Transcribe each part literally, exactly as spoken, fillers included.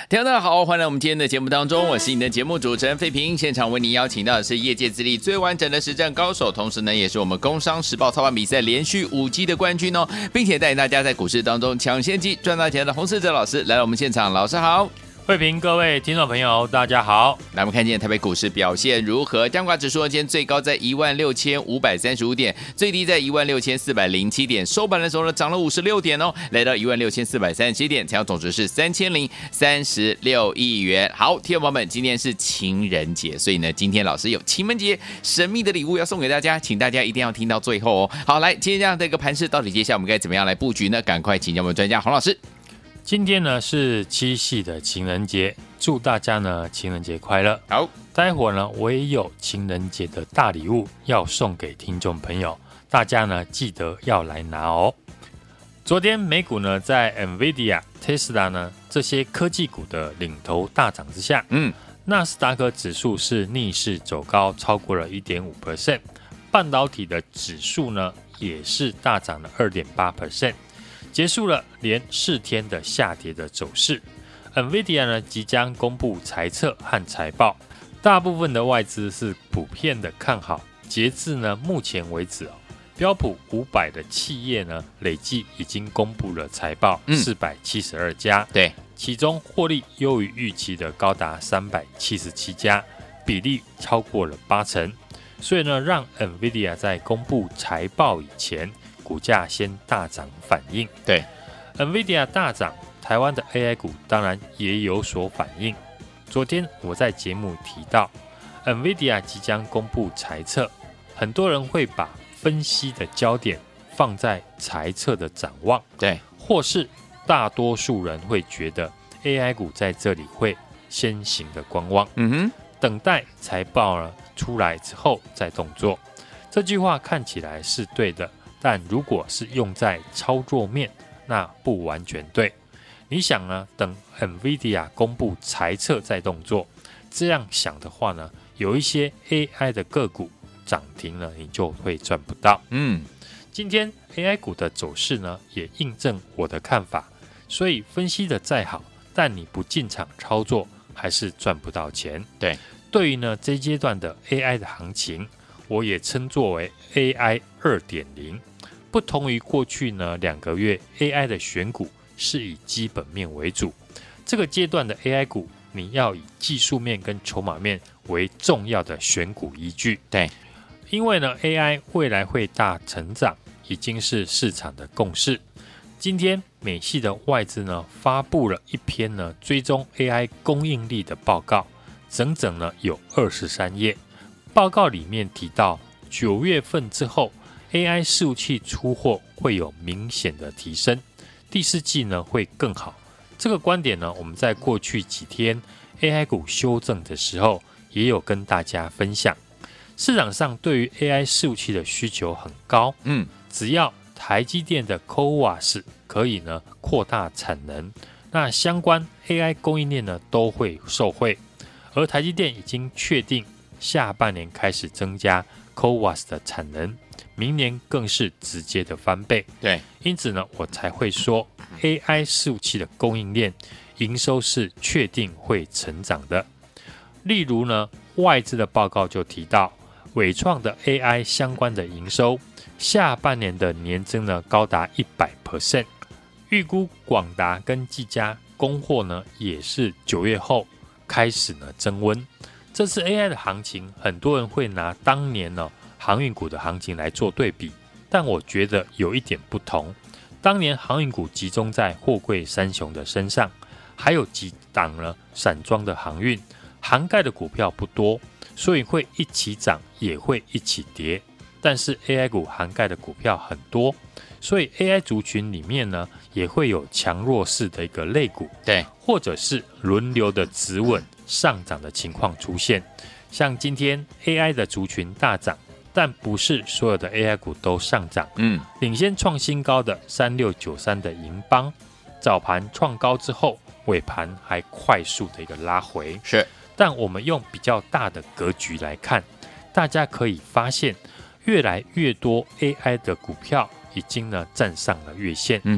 听众大家好，欢迎来我们今天的节目当中，我是你的节目主持人费平。现场为您邀请到的是业界资历最完整的实战高手，同时呢，也是我们工商时报操盘比赛连续五季的冠军哦，并且带领大家在股市当中抢先机赚大钱的洪士哲老师来到我们现场，老师好。 慧平，各位听众朋友，大家好。 来，我们看今天台北股市表现如何？加权指数今天最高在一万六千五百三十五点，最低在一万六千四百零七点，收盘的时候呢，涨了五十六点哦，来到一万六千四百三十七点，成交总值是三千零三十六亿元。好，听众朋友们，今天是情人节，所以呢，今天老师有情人节神秘的礼物要送给大家，请大家一定要听到最后哦。好，来，今天这样的一个盘势，到底接下来我们该怎么样来布局呢？赶快请教我们专家洪老师。 今天呢是七夕的情人节，祝大家呢情人节快乐。 好， 待会儿呢我也有情人节的大礼物要送给听众朋友，大家呢记得要来拿哦。昨天美股呢在 Nvidia、Tesla 呢这些科技股的领头大涨之下，嗯，纳斯达克指数是逆势走高，超过了 百分之一点五， 半导体的指数呢也是大涨了 百分之二点八。结束了连四天的下跌的走势。Nvidia 呢即将公布财测和财报，大部分的外资是普遍的看好。截至呢目前为止哦，标普五百的企业呢累计已经公布了财报四百七十二家， 嗯、对， 其中获利优于预期的高达三百七十七家，比例超过了八成。所以呢，让 Nvidia 在公布财报以前，股价先大涨反应。 对 ，Nvidia 大涨，台湾的 A I 股当然也有所反应。昨天我在节目提到 ，Nvidia 即将公布财测，很多人会把分析的焦点放在财测的展望， 对， 或是大多数人会觉得 A I 股在这里会先行的观望，嗯哼，等待财报呢出来之后再动作。这句话看起来是对的。但如果是用在操作面，那不完全对。你想呢？等 Nvidia 公布财测再动作，这样想的话呢，有一些 A I 的个股涨停了，你就会赚不到。嗯，今天 A I 股的走势呢，也印证我的看法。所以分析的再好，但你不进场操作，还是赚不到钱。 对， 对于呢这阶段的 A I 的行情，我也称作为 A I 二点零。不同于过去呢两个月 A I 的选股是以基本面为主，这个阶段的 A I 股你要以技术面跟筹码面为重要的选股依据。 对， 因为呢 A I 未来会大成长，已经是市场的共识。今天美系的外资呢发布了一篇呢追踪 A I 供应力的报告，整整呢有二十三页。报告里面提到九月份之后A I 伺服器出货会有明显的提升，第四季呢会更好。这个观点呢，我们在过去几天 A I 股修正的时候，也有跟大家分享。市场上对于 A I 伺服器的需求很高，嗯，只要台积电的 C O V A S 可以呢扩大产能，那相关 A I 供应链呢都会受惠。而台积电已经确定下半年开始增加 C O V A S 的产能。明年更是直接的翻倍， 对， 因此呢，我才会说 A I 伺服器的供应链营收是确定会成长的。例如呢，外资的报告就提到，伟创的 A I 相关的营收，下半年的年增呢高达 百分之百， 预估广达跟技嘉供货呢也是九月后开始呢增温。这次 A I 的行情，很多人会拿当年呢。航运股的行情来做对比，但我觉得有一点不同。当年航运股集中在货柜三雄的身上，还有几档呢散装的航运，涵盖的股票不多，所以会一起涨，也会一起跌。但是 A I 股涵盖的股票很多，所以 A I 族群里面呢，也会有强弱势的一个类股， 对， 或者是轮流的止稳上涨的情况出现。像今天 A I 的族群大涨。但不是所有的 A I 股都上涨，嗯，领先创新高的三六九三的银邦，早盘创高之后，尾盘还快速的一个拉回， 是。 但我们用比较大的格局来看，大家可以发现，越来越多 A I 的股票已经呢站上了月线，嗯哼，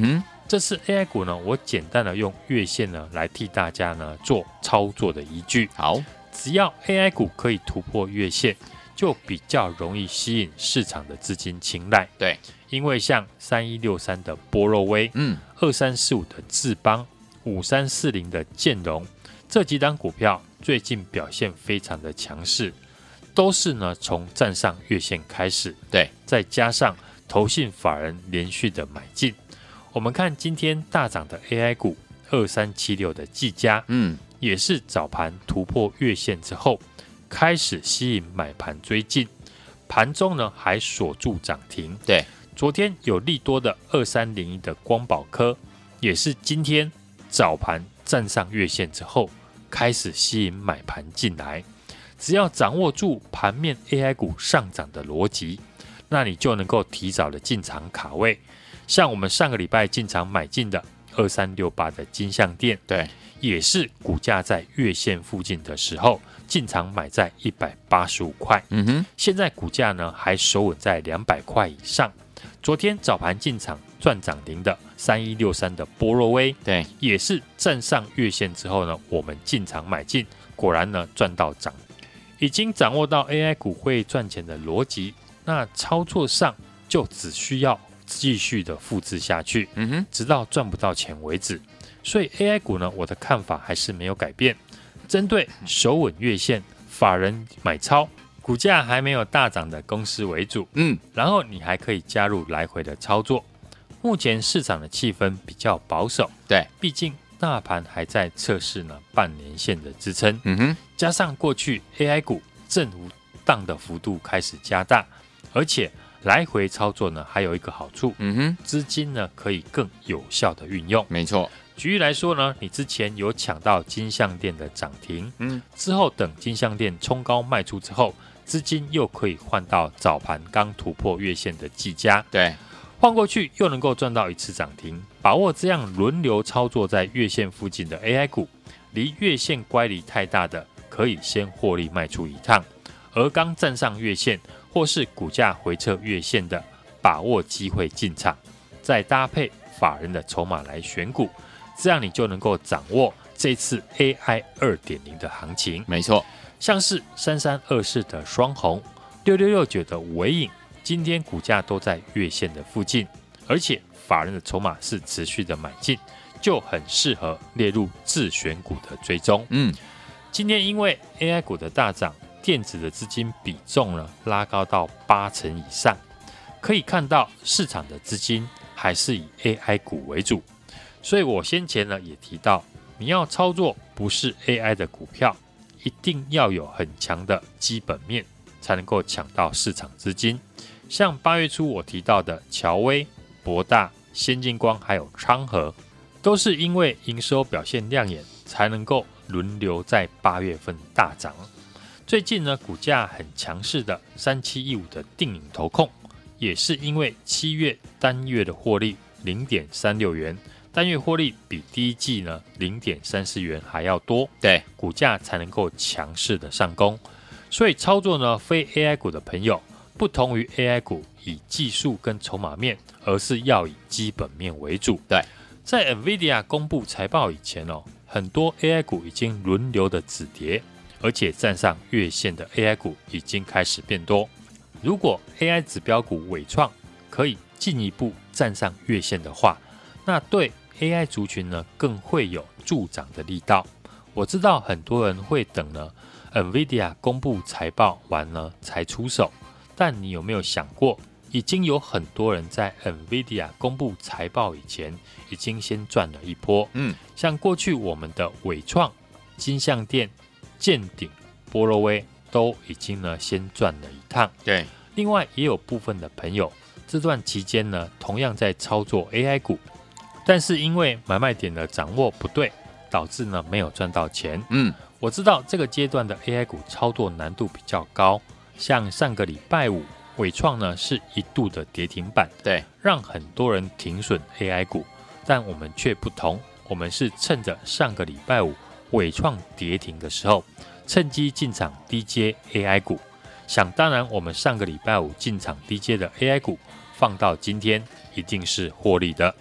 这次 A I 股呢，我简单的用月线呢来替大家呢做操作的依据。 好， 只要 A I 股可以突破月线，就比较容易吸引市场的资金青睐。 对， 因为像三一六三的波若威， 嗯， 二三四五的智邦，五三四零的建融，这几档股票最近表现非常的强势，都是呢从站上月线开始， 对， 再加上投信法人连续的买进。我们看今天大涨的 A I 股二三七六的技嘉， 嗯， 也是早盘突破月线之后，开始吸引买盘追进，盘中呢还锁住涨停。 对， 昨天有利多的二三零一的光宝科，也是今天早盘站上月线之后，开始吸引买盘进来。只要掌握住盘面 A I 股上涨的逻辑，那你就能够提早的进场卡位。像我们上个礼拜进场买进的二三六八的金像电， 对， 也是股价在月线附近的时候进场买在一百八十五块， 嗯哼， 现在股价呢还守稳在两百块以上。昨天早盘进场赚涨停的三一六三的波若威， 对， 也是站上月线之后呢，我们进场买进，果然呢赚到涨，已经掌握到 A I 股会赚钱的逻辑，那操作上就只需要继续的复制下去， 嗯哼， 直到赚不到钱为止。所以 A I 股呢，我的看法还是没有改变，针对守稳月线、法人买超、股价还没有大涨的公司为主， 嗯， 然后你还可以加入来回的操作。目前市场的气氛比较保守， 对， 毕竟大盘还在测试呢半年线的支撑， 嗯哼， 加上过去 A I 股震荡的幅度开始加大，而且来回操作呢还有一个好处， 嗯哼， 资金呢可以更有效的运用。 没错， 举例来说呢，你之前有抢到金像电的涨停， 嗯， 之后等金像电冲高卖出之后，资金又可以换到早盘刚突破月线的技嘉， 对， 换过去又能够赚到一次涨停。把握这样轮流操作在月线附近的 A I 股，离月线乖离太大的，可以先获利卖出一趟，而刚站上月线或是股价回撤月线的，把握机会进场，再搭配法人的筹码来选股，这样你就能够掌握这次 A I 二点零 的行情。 没错， 像是三三二四的双红，六六六九的微影，今天股价都在月线的附近，而且法人的筹码是持续的买进，就很适合列入自选股的追踪。 嗯， 今天因为 A I 股的大涨，电子的资金比重呢拉高到八成以上，可以看到市场的资金还是以 A I 股为主。所以我先前呢也提到，你要操作不是 A I 的股票，一定要有很强的基本面，才能够抢到市场资金。像八月初我提到的乔威、博大、先进光还有昌河，都是因为营收表现亮眼，才能够轮流在八月份大涨。最近呢，股价很强势的三七一五的定颖投控，也是因为七月单月的获利 零点三六元，单月获利比第一季呢 零点三四元还要多， 对， 股价才能够强势的上攻。所以操作呢，非 A I 股的朋友，不同于 A I 股以技术跟筹码面，而是要以基本面为主。 对， 在 NVIDIA 公布财报以前哦，很多 A I 股已经轮流的止跌，而且站上月线的 A I 股已经开始变多。如果 A I 指标股伟创可以进一步站上月线的话，那对 A I 族群呢更会有助涨的力道。我知道很多人会等呢 NVIDIA 公布财报完呢才出手，但你有没有想过，已经有很多人在 NVIDIA 公布财报以前，已经先赚了一波。 嗯， 像过去我们的伟创、金像电、建鼎、波若威都已经呢先赚了一趟。 对， 另外也有部分的朋友这段期间呢，同样在操作 A I 股，但是因为买卖点的掌握不对，导致呢没有赚到钱。 嗯， 我知道这个阶段的 A I 股操作难度比较高，像上个礼拜五伟创呢是一度的跌停板， 对， 让很多人停损 A I 股，但我们却不同，我们是趁着上个礼拜五伟创跌停的时候，趁机进场低阶 A I 股。想当然，我们上个礼拜五进场低阶的 A I 股，放到今天一定是获利的。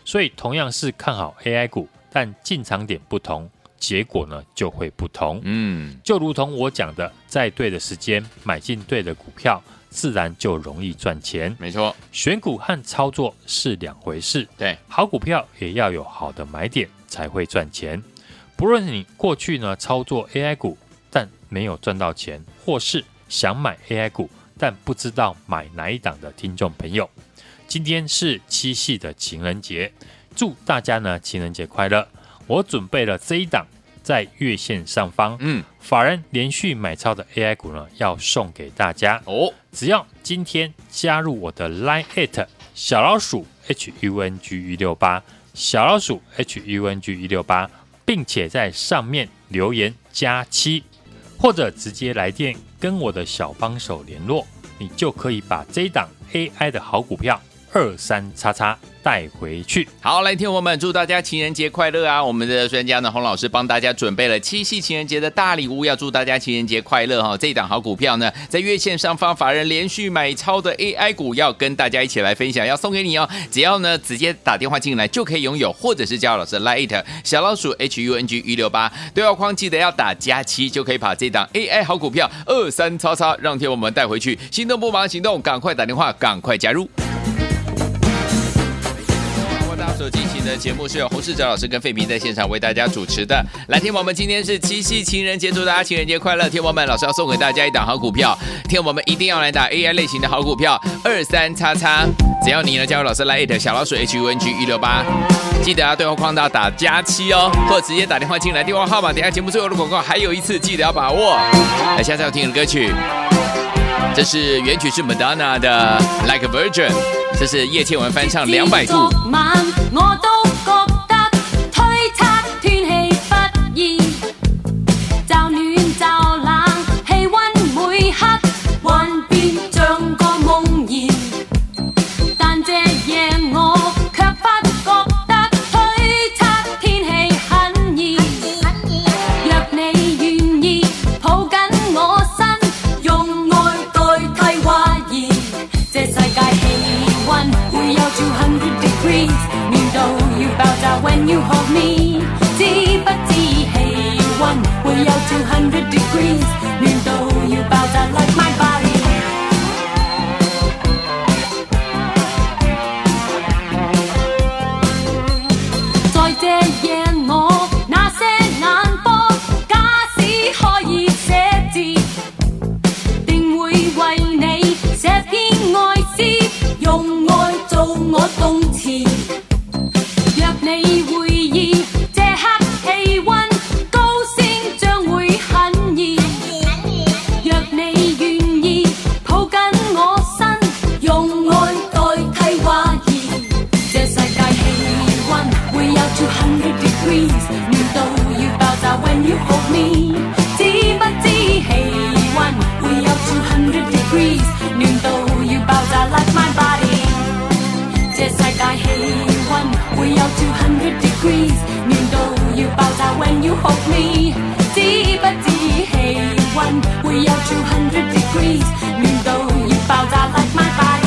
所以同样是看好 A I 股，但进场点不同，结果呢就会不同。 嗯， 就如同我讲的，在对的时间买进对的股票，自然就容易赚钱。 没错， 选股和操作是两回事， 对， 好股票也要有好的买点才会赚钱。不论你过去呢操作 A I 股，但没有赚到钱，或是想买 A I 股，但不知道买哪一档的听众朋友，今天是七夕的情人节，祝大家呢情人节快乐。我准备了这一档在月线上方，嗯，法人连续买超的 A I 股呢，要送给大家哦。只要今天加入我的 Line at 小老鼠 H U N G 一六八 小老鼠 H U N G 一六八，并且在上面留言加七，或者直接来电跟我的小帮手联络，你就可以把这一档 A I 的好股票二三叉叉带回去。 好，来听我们祝大家情人节快乐啊！我们的专家呢，洪老师帮大家准备了七夕情人节的大礼物，要祝大家情人节快乐哈、哦！这一档好股票呢，在月线上方法人连续买超的 A I 股，要跟大家一起来分享，要送给你哦！只要呢直接打电话进来就可以拥有，或者是加老师 Line 小老鼠 H U N G 一六八对话框记得要打加七，就可以把这档 A I 好股票二三叉叉让天我们带回去。心动不忙行动，赶快打电话，赶快加入。所进行的节目是由洪士哲老师跟费平在现场为大家主持的。来，天王们，今天是七夕情人节，祝大家情人节快乐！天王们，老师要送给大家一档好股票，天王们一定要来打 A I 类型的好股票二三叉叉。只要你呢加入老师来 at 小老鼠 H U N G 一六八，记得啊对话框打打加七哦，或者直接打电话进来，电话号码等一下节目最后的广告还有一次，记得要把握。来，下次要听的歌曲，这是原曲是 Madonna 的 Like a Virgin。这是葉倩文翻唱兩百度。 我都覺得推測天氣不易，驟暖驟冷，氣溫每刻幻變像個夢魘。但這夜我卻不覺得推測天氣很易。若你願意抱緊我身，用愛代替懷疑，這世界會有two hundred degrees， 暖到要爆炸 when you hold me， 知不知氣溫會有two hundred degrees， 暖到要爆炸 like my body。 在這夜我那些眼波，假使可以寫字，定會為你寫篇愛詩，用愛做我動詞。若你會意，這刻氣溫高升將會很易。若你願意抱緊我身，用愛代替懷疑，這世界氣溫會有two hundred degrees， 暖到要爆炸 when you hold me， 知不知氣溫會有two hundred degrees， 暖到要爆炸 like my body。這世界氣溫會有two hundred degrees， 暖到要爆炸 when you hold me， 知不知氣溫會有two hundred degrees， 暖到要爆炸 like my body。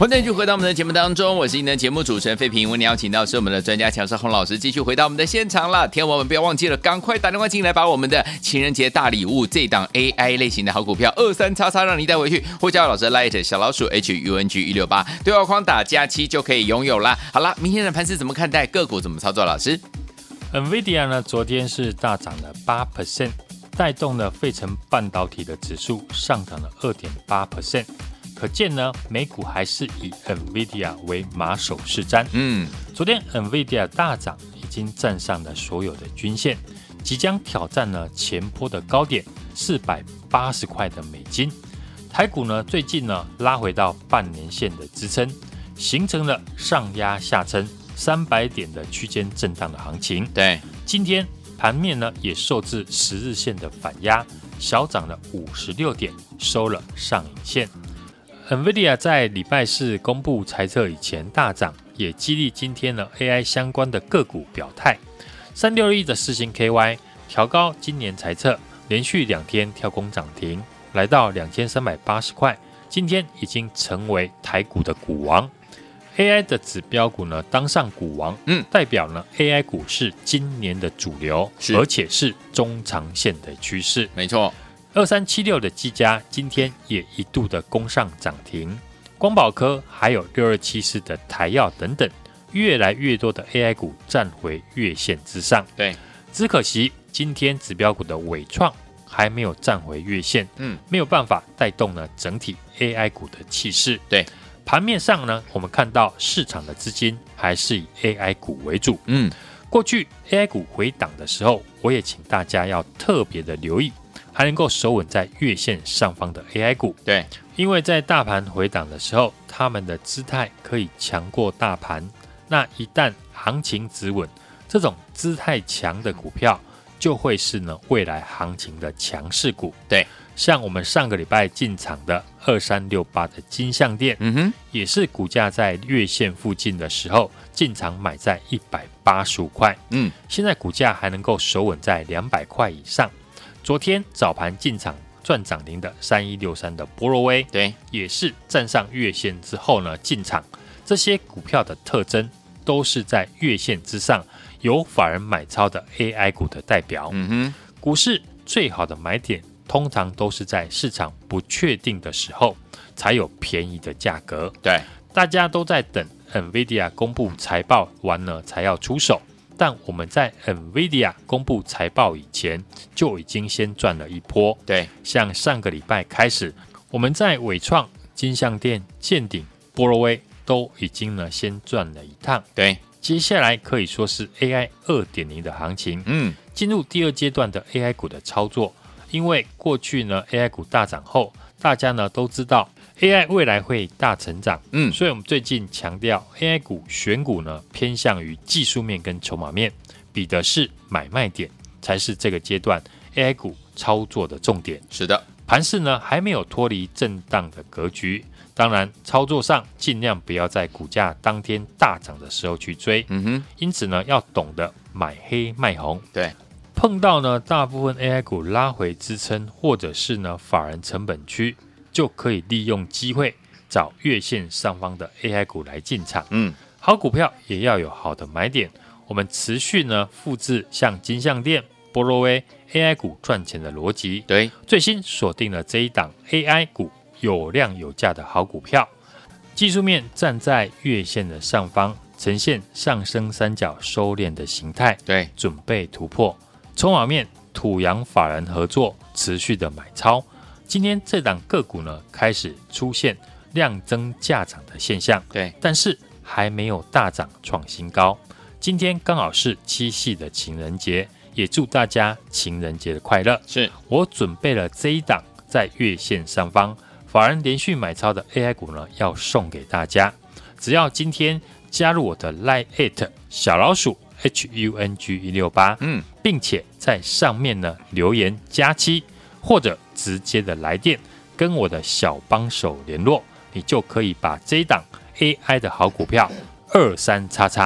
欢迎继续回到我们的节目当中，我是你的节目主持人费平。为你邀请到是我们的专家强势洪老师，继续回到我们的现场了。天王们不要忘记了，赶快打电话进来，把我们的情人节大礼物这档 A I 类型的好股票二三叉叉让你带回去，或加入老师的 Light 小老鼠 H U N G 一六八，对话框打加七就可以拥有啦。好啦，明天的盘势怎么看待？个股怎么操作？老师 ，NVIDIA 呢，昨天是大涨了百分之八，带动了费城半导体的指数上涨了 百分之二点八。可见呢，美股还是以 NVIDIA 为马首是瞻。嗯，昨天 NVIDIA 大涨，已经站上了所有的均线，即将挑战了前波的高点四百八十块的美金。台股呢，最近呢拉回到半年线的支撑，形成了上压下撑三百点的区间震荡的行情。 对， 今天盘面呢也受至十日线的反压，小涨了五十六点，收了上影线。NVIDIA 在礼拜四公布财测以前大涨，也激励今天呢 A I 相关的个股表态。三六一的世芯 K Y 调高今年财测，连续两天跳空涨停，来到两千三百八十块，今天已经成为台股的股王。A I 的指标股呢当上股王，嗯，代表呢 A I 股是今年的主流，而且是中长线的趋势。 没错。 二三七六的技嘉今天也一度的攻上涨停，光宝科还有六二七四的台燿等等，越来越多的 A I 股站回月线之上。 对， 只可惜今天指标股的伟创还没有站回月线，嗯，没有办法带动呢整体 A I 股的气势。 对， 盘面上呢，我们看到市场的资金还是以 A I 股为主。 嗯， 过去 A I 股回档的时候，我也请大家要特别的留意。还能够守稳在月线上方的 A I 股， 对， 因为在大盘回档的时候，他们的姿态可以强过大盘。那一旦行情止稳，这种姿态强的股票就会是呢未来行情的强势股。 对， 像我们上个礼拜进场的二三六八的金像电，嗯哼，也是股价在月线附近的时候进场买在一百八十五块，嗯，现在股价还能够守稳在两百块以上。昨天早盘进场赚涨停的三一六三的波若威， 对， 也是站上月线之后呢进场。这些股票的特征都是在月线之上有法人买超的 A I 股的代表。嗯哼，股市最好的买点通常都是在市场不确定的时候才有便宜的价格。 对， 大家都在等 NVIDIA 公布财报完了才要出手。但我们在 NVIDIA 公布财报以前就已经先赚了一波。 对， 像上个礼拜开始，我们在伟创、金像电、健鼎、波若威都已经呢先赚了一趟。 对， 接下来可以说是 A I 二点零 的行情，嗯，进入第二阶段的 A I 股的操作。因为过去呢 A I 股大涨后，大家呢都知道 A I 未来会大成长，嗯，所以我们最近强调 A I 股选股呢偏向于技术面跟筹码面，比的是买卖点，才是这个阶段 A I 股操作的重点。 是的， 盘势呢还没有脱离震荡的格局，当然操作上尽量不要在股价当天大涨的时候去追，嗯哼，因此呢要懂得买黑卖红。 对。 碰到呢大部分 A I 股拉回支撑，或者是呢法人成本区，就可以利用机会找月线上方的 A I 股来进场。嗯，好股票也要有好的买点。我们持续呢复制像金像电、波若威 A I 股赚钱的逻辑。 对， 最新锁定了这一档 A I 股有量有价的好股票。技术面站在月线的上方，呈现上升三角收敛的形态。 对， 准备突破。筹码面土洋法人合作持续的买超，今天这档个股呢开始出现量增价涨的现象， 对， 但是还没有大涨创新高。今天刚好是七夕的情人节，也祝大家情人节的快乐。 是我准备了这一档在月线上方法人连续买超的 A I 股呢，要送给大家。只要今天加入我的 Line 小老鼠H U N G 一六八，嗯，并且在上面呢留言加七，或者直接的来电跟我的小帮手联络，你就可以把这一档 A I 的好股票二三叉叉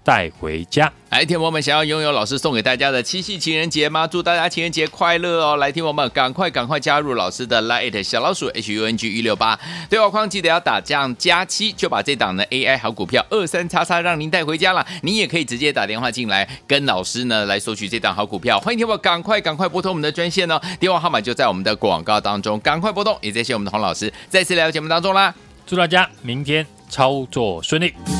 带回家。 来，听我们想要拥有老师送给大家的七夕情人节吗？祝大家情人节快乐哦！来，听我们赶快赶快加入老师的 Line 小老鼠 H U N G 一六八对话框，记得要打这样加七，就把这档的 A I 好股票二三叉叉让您带回家了。你也可以直接打电话进来，跟老师呢来索取这档好股票。欢迎听我赶快赶快拨通我们的专线哦，电话号码就在我们的广告当中，赶快拨通。也谢谢我们的洪老师再次来到节目当中啦， 祝大家明天操作顺利。